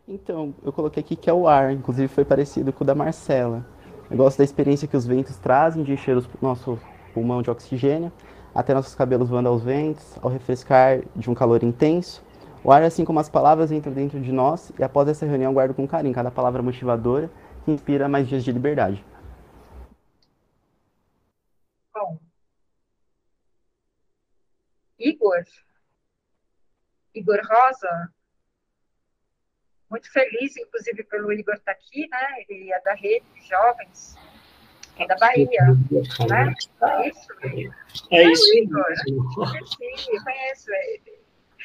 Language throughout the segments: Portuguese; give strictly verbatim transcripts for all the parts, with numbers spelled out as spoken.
Então, eu coloquei aqui que é o ar, inclusive foi parecido com o da Marcela. Eu gosto da experiência que os ventos trazem de encher o nosso pulmão de oxigênio, até nossos cabelos voando aos ventos, ao refrescar de um calor intenso. O ar, assim como as palavras, entra dentro de nós e após essa reunião eu guardo com carinho cada palavra motivadora que inspira mais dias de liberdade. Bom, Igor, Igor Rosa, muito feliz, inclusive, pelo Igor estar aqui, né? Ele é da rede de jovens da Bahia, né? Isso? É É isso o Igor, mesmo. conheci, eu conheço ele.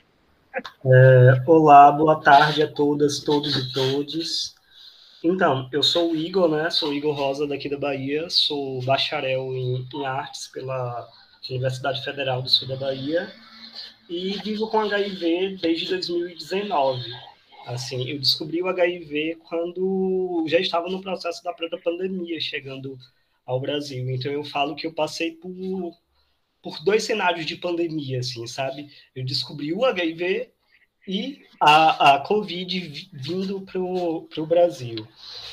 É, olá, boa tarde a todas, todos e todes. Então, eu sou o Igor, né? Sou o Igor Rosa daqui da Bahia, sou bacharel em, em artes pela Universidade Federal do Sul da Bahia e vivo com H I V desde dois mil e dezenove. Assim, eu descobri o H I V quando já estava no processo da própria pandemia chegando ao Brasil. Então eu falo que eu passei por por dois cenários de pandemia, assim, sabe? Eu descobri o H I V e a, a Covid vindo para o Brasil.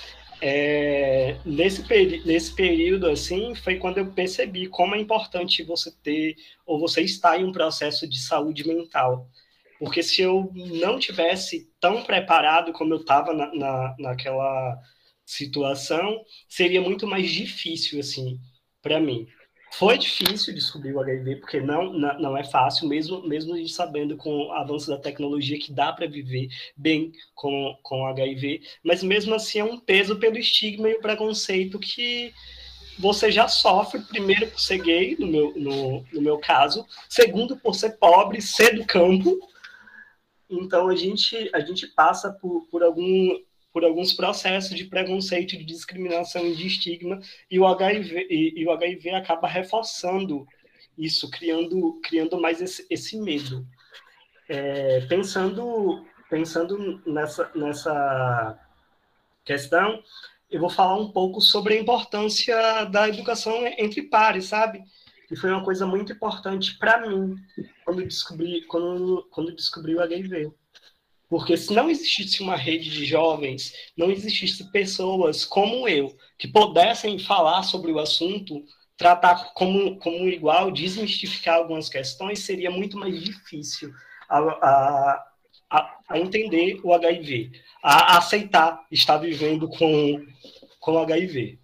É, nesse, peri nesse período, assim, foi quando eu percebi como é importante você ter, ou você estar em um processo de saúde mental. Porque se eu não tivesse tão preparado como eu estava na, na, naquela situação, seria muito mais difícil, assim, para mim. Foi difícil descobrir o H I V, porque não, não, não é fácil, mesmo, mesmo sabendo com o avanço da tecnologia que dá para viver bem com, com o H I V, mas mesmo assim é um peso pelo estigma e o preconceito que você já sofre, primeiro por ser gay, no meu, no, no meu caso, segundo por ser pobre, ser do campo. Então a gente, a gente passa por, por, algum, por alguns processos de preconceito, de discriminação e de estigma, e o H I V, e, e o H I V acaba reforçando isso, criando, criando mais esse, esse medo. É, pensando, pensando nessa, nessa questão, eu vou falar um pouco sobre a importância da educação entre pares, sabe? Que foi uma coisa muito importante para mim quando descobri, quando, quando descobri o H I V. Porque se não existisse uma rede de jovens, não existisse pessoas como eu, que pudessem falar sobre o assunto, tratar como, como igual, desmistificar algumas questões, seria muito mais difícil a, a, a, a entender o H I V, a aceitar estar vivendo com, com o H I V.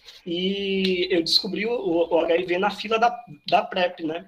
E eu descobri o, o H I V na fila da, da PrEP, né?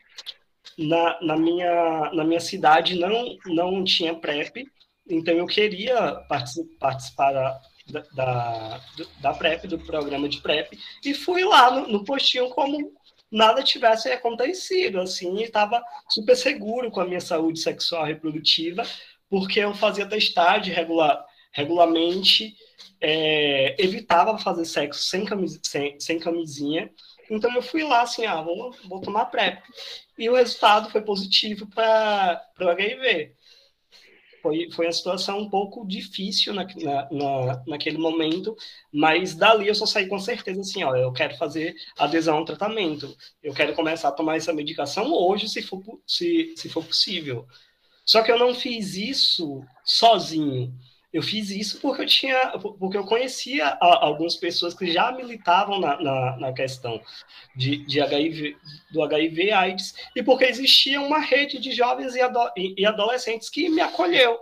Na, na, minha, na minha cidade não, não tinha PrEP, então eu queria participar da, da, da PrEP, do programa de PrEP, e fui lá no, no postinho como nada tivesse acontecido, assim, e estava super seguro com a minha saúde sexual reprodutiva, porque eu fazia testagem regular, regularmente, é, evitava fazer sexo sem, camis, sem, sem camisinha, então eu fui lá assim, ah, vou, vou tomar PrEP. E o resultado foi positivo para o H I V. Foi, foi uma situação um pouco difícil na, na, na, naquele momento, mas dali eu só saí com certeza assim, ó, eu quero fazer adesão ao tratamento, eu quero começar a tomar essa medicação hoje, se for, se, se for possível. Só que eu não fiz isso sozinho. Eu fiz isso porque eu tinha, porque eu conhecia a, algumas pessoas que já militavam na, na, na questão de, de H I V, do H I V AIDS, e porque existia uma rede de jovens e, ado, e adolescentes que me acolheu.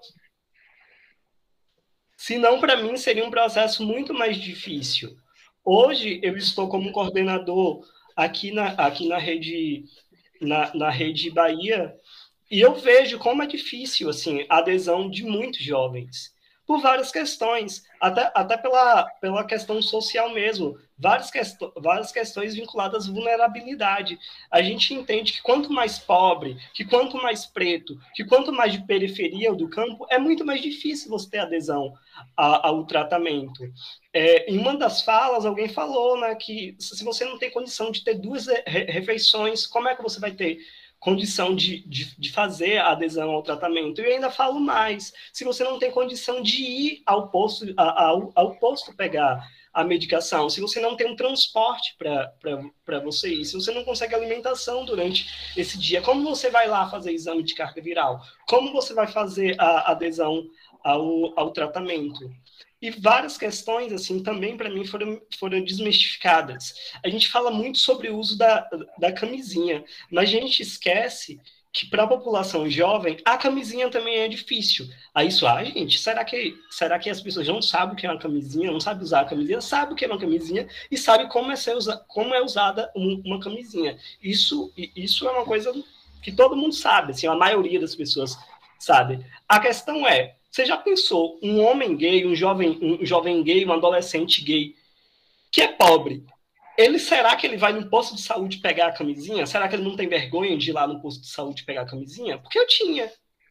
Senão, para mim, seria um processo muito mais difícil. Hoje, eu estou como coordenador aqui na, aqui na rede na, na rede Bahia, e eu vejo como é difícil assim, a adesão de muitos jovens, por várias questões, até, até pela, pela questão social mesmo, várias, quest várias questões vinculadas à vulnerabilidade. A gente entende que quanto mais pobre, que quanto mais preto, que quanto mais de periferia ou do campo, é muito mais difícil você ter adesão a, ao tratamento. É, em uma das falas, alguém falou, né, que se você não tem condição de ter duas refeições, como é que você vai ter condição de, de, de, fazer a adesão ao tratamento? E eu ainda falo mais, se você não tem condição de ir ao posto, ao, ao posto pegar a medicação, se você não tem um transporte para você ir, se você não consegue alimentação durante esse dia, como você vai lá fazer exame de carga viral? Como você vai fazer a adesão ao, ao tratamento. E várias questões, assim, também para mim foram, foram desmistificadas. A gente fala muito sobre o uso da, da camisinha, mas a gente esquece que para a população jovem, a camisinha também é difícil. Aí isso, ah, gente, será que, será que as pessoas não sabem o que é uma camisinha, não sabem usar a camisinha, sabem o que é uma camisinha e sabem como é, ser usa, como é usada uma camisinha. Isso, isso é uma coisa que todo mundo sabe, assim, a maioria das pessoas sabe. A questão é, você já pensou um homem gay, um jovem, um jovem gay, um adolescente gay, que é pobre, ele, será que ele vai no posto de saúde pegar a camisinha? Será que ele não tem vergonha de ir lá no posto de saúde pegar a camisinha? Porque eu tinha.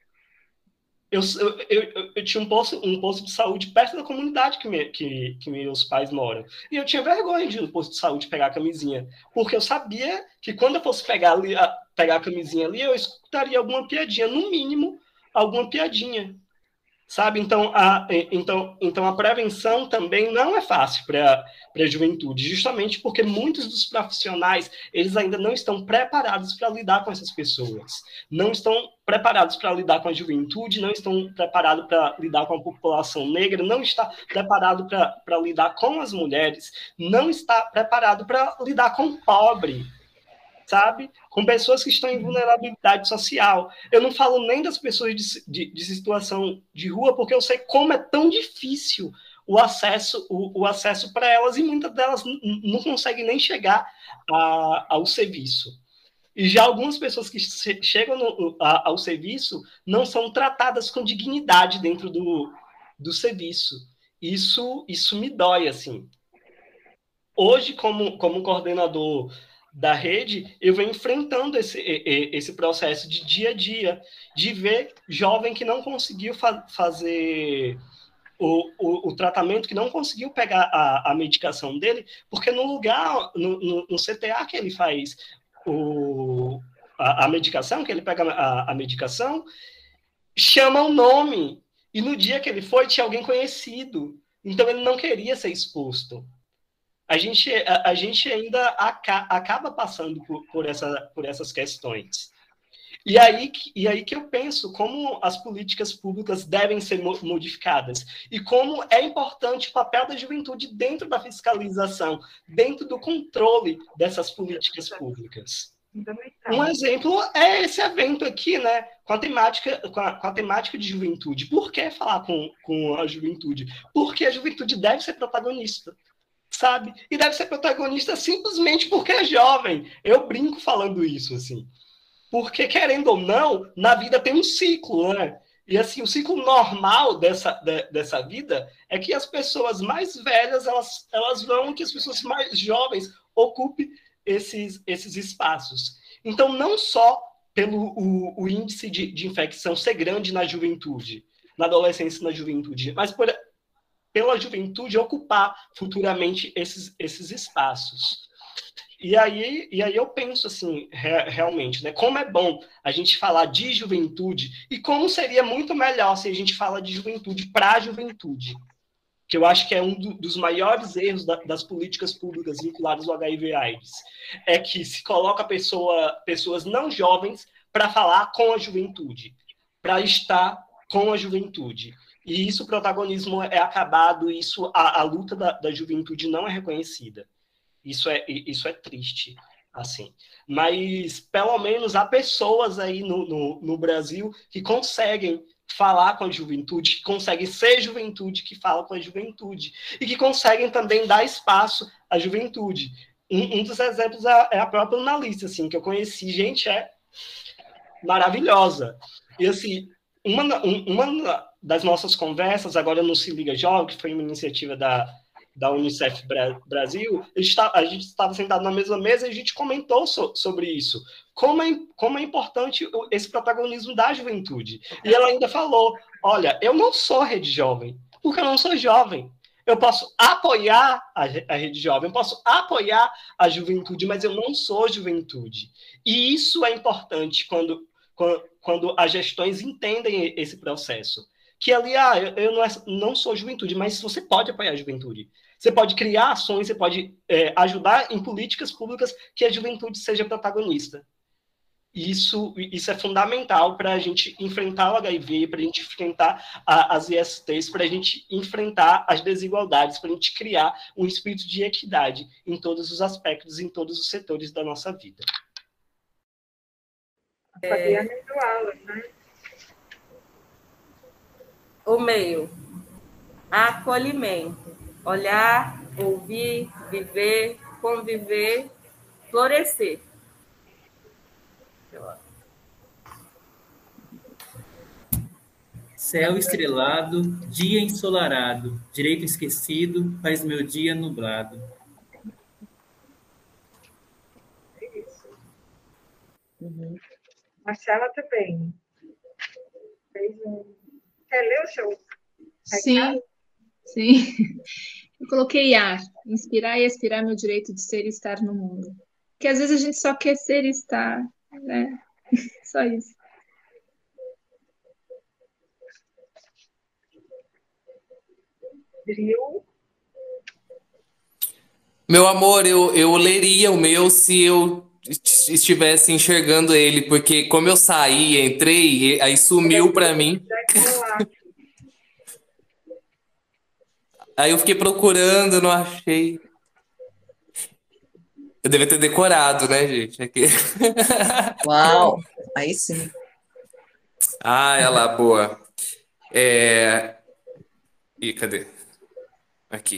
Eu, eu, eu, eu tinha um posto, um posto de saúde perto da comunidade que, me, que, que meus pais moram. E eu tinha vergonha de ir no posto de saúde pegar a camisinha. Porque eu sabia que quando eu fosse pegar, ali, a, pegar a camisinha ali, eu escutaria alguma piadinha. No mínimo, alguma piadinha. Sabe? Então a, então, então, a prevenção também não é fácil para a juventude, justamente porque muitos dos profissionais eles ainda não estão preparados para lidar com essas pessoas, não estão preparados para lidar com a juventude, não estão preparados para lidar com a população negra, não está preparado para lidar com as mulheres, não está preparado para lidar com o pobre, sabe? Com pessoas que estão em vulnerabilidade social. Eu não falo nem das pessoas de, de, de situação de rua, porque eu sei como é tão difícil o acesso, o, o acesso para elas, e muitas delas não conseguem nem chegar a, ao serviço. E já algumas pessoas que chegam no, a, ao serviço não são tratadas com dignidade dentro do, do serviço. Isso, isso me dói, assim. Hoje, como, como coordenador da rede, eu venho enfrentando esse, esse processo de dia a dia, de ver jovem que não conseguiu fa fazer o, o, o tratamento, que não conseguiu pegar a, a medicação dele, porque no lugar, no, no, no C T A que ele faz o, a, a medicação, que ele pega a, a medicação, chama o nome, e no dia que ele foi, tinha alguém conhecido, então ele não queria ser exposto. A gente, a, a gente ainda aca, acaba passando por, por, essa, por essas questões. E aí, e aí que eu penso como as políticas públicas devem ser modificadas e como é importante o papel da juventude dentro da fiscalização, dentro do controle dessas políticas públicas. Um exemplo é esse evento aqui, né, com a temática, com a, com a temática de juventude. Por que falar com, com a juventude? Porque a juventude deve ser protagonista, sabe? E deve ser protagonista simplesmente porque é jovem. Eu brinco falando isso, assim. Porque, querendo ou não, na vida tem um ciclo, né? E, assim, o ciclo normal dessa, de, dessa vida é que as pessoas mais velhas, elas, elas vão, que as pessoas mais jovens ocupem esses, esses espaços. Então, não só pelo o, o índice de, de infecção ser grande na juventude, na adolescência e na juventude, mas por, pela juventude ocupar futuramente esses, esses espaços. E aí, e aí eu penso assim, re, realmente, né, como é bom a gente falar de juventude e como seria muito melhor se a gente fala de juventude para a juventude, que eu acho que é um do, dos maiores erros da, das políticas públicas vinculadas ao H I V AIDS, é que se coloca pessoa, pessoas não jovens para falar com a juventude, para estar com a juventude. E isso, o protagonismo é acabado, isso, a, a luta da, da juventude não é reconhecida. Isso é, isso é triste, assim. Mas, pelo menos, há pessoas aí no, no, no Brasil que conseguem falar com a juventude, que conseguem ser juventude, que fala com a juventude, e que conseguem também dar espaço à juventude. Um, um dos exemplos é, é a própria Annalise, assim, que eu conheci, gente, é maravilhosa. E, assim, uma, uma das nossas conversas, agora no Se Liga Jovem, que foi uma iniciativa da... da Unicef Brasil, a gente estava sentado na mesma mesa e a gente comentou so, sobre isso. Como é, como é importante esse protagonismo da juventude. E ela ainda falou, olha, eu não sou rede jovem, porque eu não sou jovem. Eu posso apoiar a, a rede jovem, eu posso apoiar a juventude, mas eu não sou juventude. E isso é importante quando, quando, quando as gestões entendem esse processo. Que ali, ah, eu, eu não, é, não sou juventude, mas você pode apoiar a juventude. Você pode criar ações, você pode é, ajudar em políticas públicas que a juventude seja protagonista. isso, isso é fundamental para a gente enfrentar o H I V, para a gente enfrentar a, as I S Ts, para a gente enfrentar as desigualdades, para a gente criar um espírito de equidade em todos os aspectos, em todos os setores da nossa vida. A Fabiana é do aula, né? O meio. Acolhimento. Olhar, ouvir, viver, conviver, florescer. Céu estrelado, dia ensolarado, direito esquecido, faz meu dia nublado. É isso. Uhum. Marcela também. Fez um... Quer ler o seu recado? Sim, sim. Eu coloquei ar, inspirar e expirar meu direito de ser e estar no mundo. Porque às vezes a gente só quer ser e estar, né? Só isso. Drill. Meu amor, eu, eu leria o meu se eu est- estivesse enxergando ele, porque como eu saí, entrei, e- aí sumiu pra mim. Vai colar. Aí eu fiquei procurando, não achei. Eu devia ter decorado, né, gente? Aqui. Uau, aí sim. Ah, ela, boa. É... Ih, cadê? Aqui.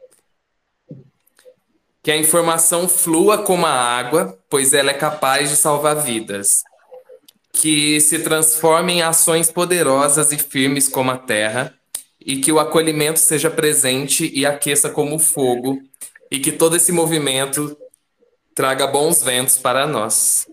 Que a informação flua como a água, pois ela é capaz de salvar vidas. Que se transforme em ações poderosas e firmes como a terra, e que o acolhimento seja presente e aqueça como o fogo, e que todo esse movimento traga bons ventos para nós.